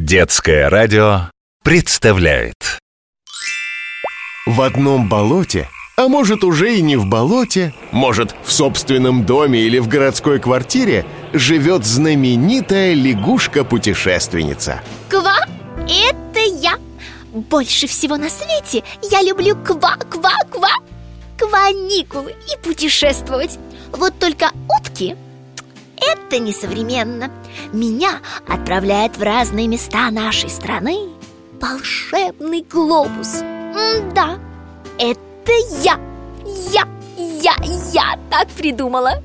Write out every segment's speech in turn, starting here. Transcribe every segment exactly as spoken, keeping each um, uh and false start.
Детское радио представляет. В одном болоте, а может уже и не в болоте, может в собственном доме или в городской квартире, живет знаменитая лягушка-путешественница. Ква, это я! Больше всего на свете я люблю ква-ква-ква, каникулы и путешествовать. Вот только утки — это несовременно. Меня отправляет в разные места нашей страны волшебный глобус. М-да, это я, я, я, я так придумала.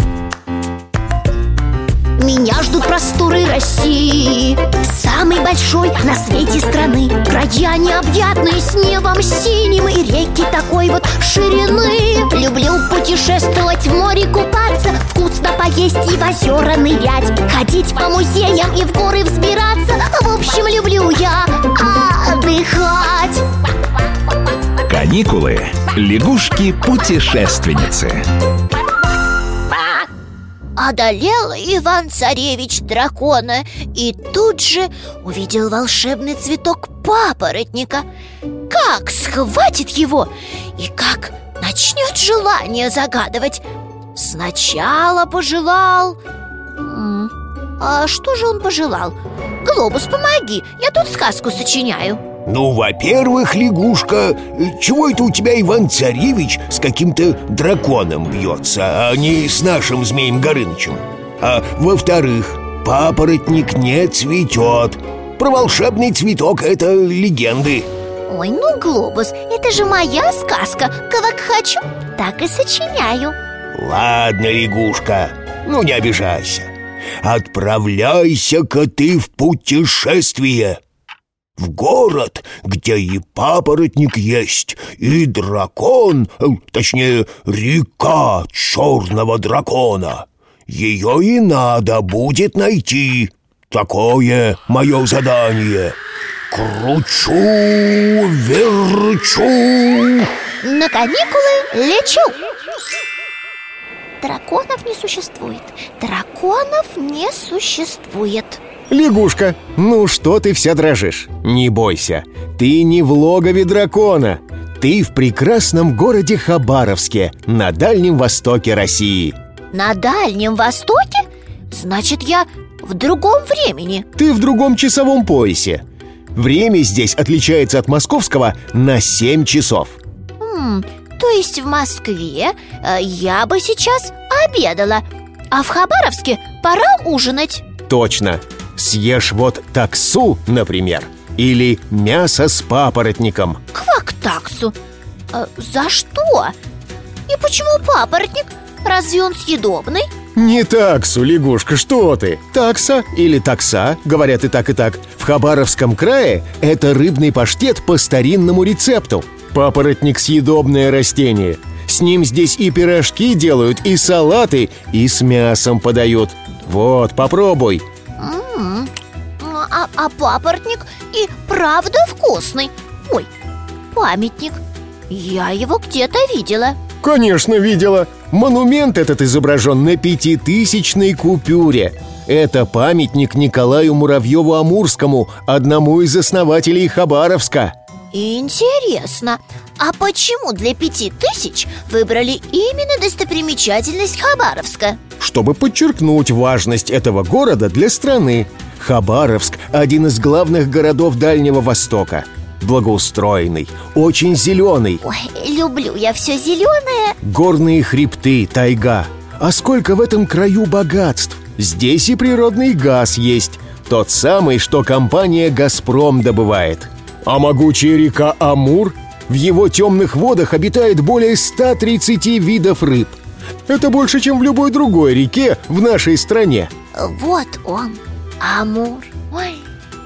Меня ждут просторы России, самой большой на свете страны. Края необъятные с небом синим и реки такой вот ширины. Люблю путешествовать, в море купаться, вкусно поесть и в озера нырять, ходить по музеям и в горы взбираться. В общем, люблю я отдыхать. Каникулы. Лягушки-путешественницы. Одолел Иван-царевич дракона и тут же увидел волшебный цветок папоротника. Как схватит его и как начнет желание загадывать. Сначала пожелал... А что же он пожелал? Глобус, помоги, я тут сказку сочиняю. Ну, во-первых, лягушка, чего это у тебя Иван-царевич с каким-то драконом бьется, а не с нашим Змеем Горынычем? А во-вторых, папоротник не цветет. Про волшебный цветок это легенды. Ой, ну, Глобус, это же моя сказка. Как хочу, так и сочиняю. Ладно, лягушка, ну не обижайся. Отправляйся-ка ты в путешествие. В город, где и папоротник есть, и дракон, точнее, река черного дракона. Ее и надо будет найти. Такое мое задание. Кручу, верчу. На каникулы лечу. Драконов не существует. Драконов не существует. Лягушка, ну что ты вся дрожишь? Не бойся, ты не в логове дракона. Ты в прекрасном городе Хабаровске, на Дальнем Востоке России. На Дальнем Востоке? Значит, я в другом времени. Ты в другом часовом поясе. Время здесь отличается от московского на семь часов. М, То есть в Москве э, я бы сейчас обедала, а в Хабаровске пора ужинать. Точно. Съешь вот таксу, например, или мясо с папоротником. Квак-таксу? Э, за что? И почему папоротник? Разве он съедобный? Не таксу, лягушка, что ты? Такса или такса, говорят и так, и так. В Хабаровском крае это рыбный паштет по старинному рецепту. Папоротник – съедобное растение. С ним здесь и пирожки делают, и салаты, и с мясом подают. Вот, попробуй. М-м-м. А, а папоротник и правда вкусный. Ой, памятник. Я его где-то видела. Конечно, видела. Монумент этот изображен на пятитысячной купюре. Это памятник Николаю Муравьеву-Амурскому, одному из основателей Хабаровска. Интересно, а почему для пяти тысяч выбрали именно достопримечательность Хабаровска? Чтобы подчеркнуть важность этого города для страны. Хабаровск – один из главных городов Дальнего Востока. Благоустроенный, очень зеленый. Ой, люблю я все зеленое. Горные хребты, тайга. А сколько в этом краю богатств! Здесь и природный газ есть. Тот самый, что компания «Газпром» добывает. А могучая река Амур? В его темных водах обитает более ста тридцати видов рыб. Это больше, чем в любой другой реке в нашей стране. Вот он, Амур. Ой,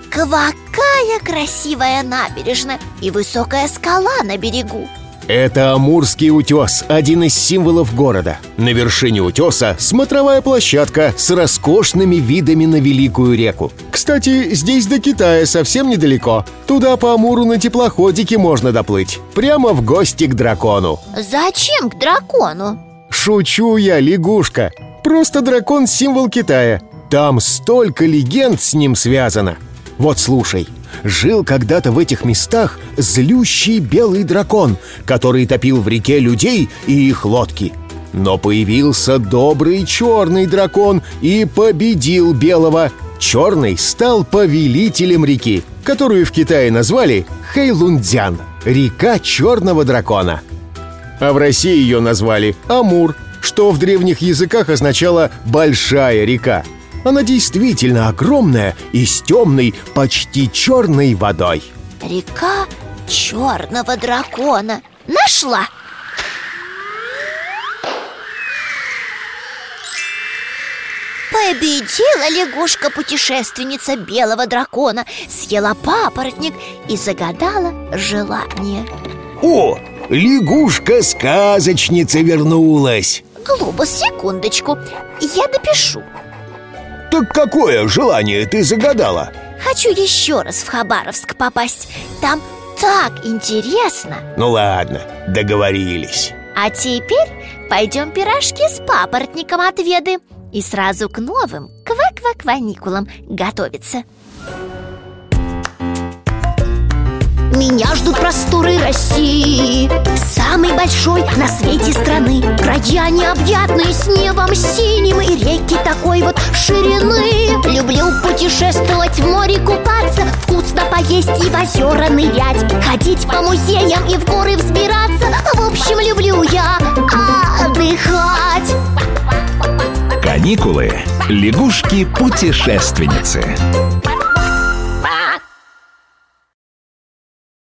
какая красивая набережная и высокая скала на берегу. Это Амурский утес, один из символов города. На вершине утеса смотровая площадка с роскошными видами на великую реку. Кстати, здесь до Китая совсем недалеко. Туда по Амуру на теплоходике можно доплыть. Прямо в гости к дракону. Зачем к дракону? Шучу я, лягушка. Просто дракон – символ Китая. Там столько легенд с ним связано. Вот слушай, жил когда-то в этих местах злющий белый дракон, который топил в реке людей и их лодки. Но появился добрый черный дракон и победил белого. Черный стал повелителем реки, которую в Китае назвали Хэйлунцзян – река черного дракона. А в России ее назвали Амур, что в древних языках означало «большая река». Она действительно огромная и с темной, почти черной водой. Река черного дракона. Нашла! Победила лягушка-путешественница белого дракона, съела папоротник и загадала желание. О, лягушка-сказочница вернулась. Глупо, секундочку, я допишу. Так какое желание ты загадала? Хочу еще раз в Хабаровск попасть. Там так интересно. Ну ладно, договорились. А теперь пойдем пирожки с папоротником отведаем и сразу к новым ква-ква-кваникулам готовиться. Меня ждут просторы России, самой большой на свете страны. Края необъятные с небом синим и реки такой вот ширины. Люблю путешествовать, в море купаться, вкусно поесть и в озера нырять, ходить по музеям и в горы взбираться. В общем, люблю я отдыхать. Каникулы. Лягушки-путешественницы.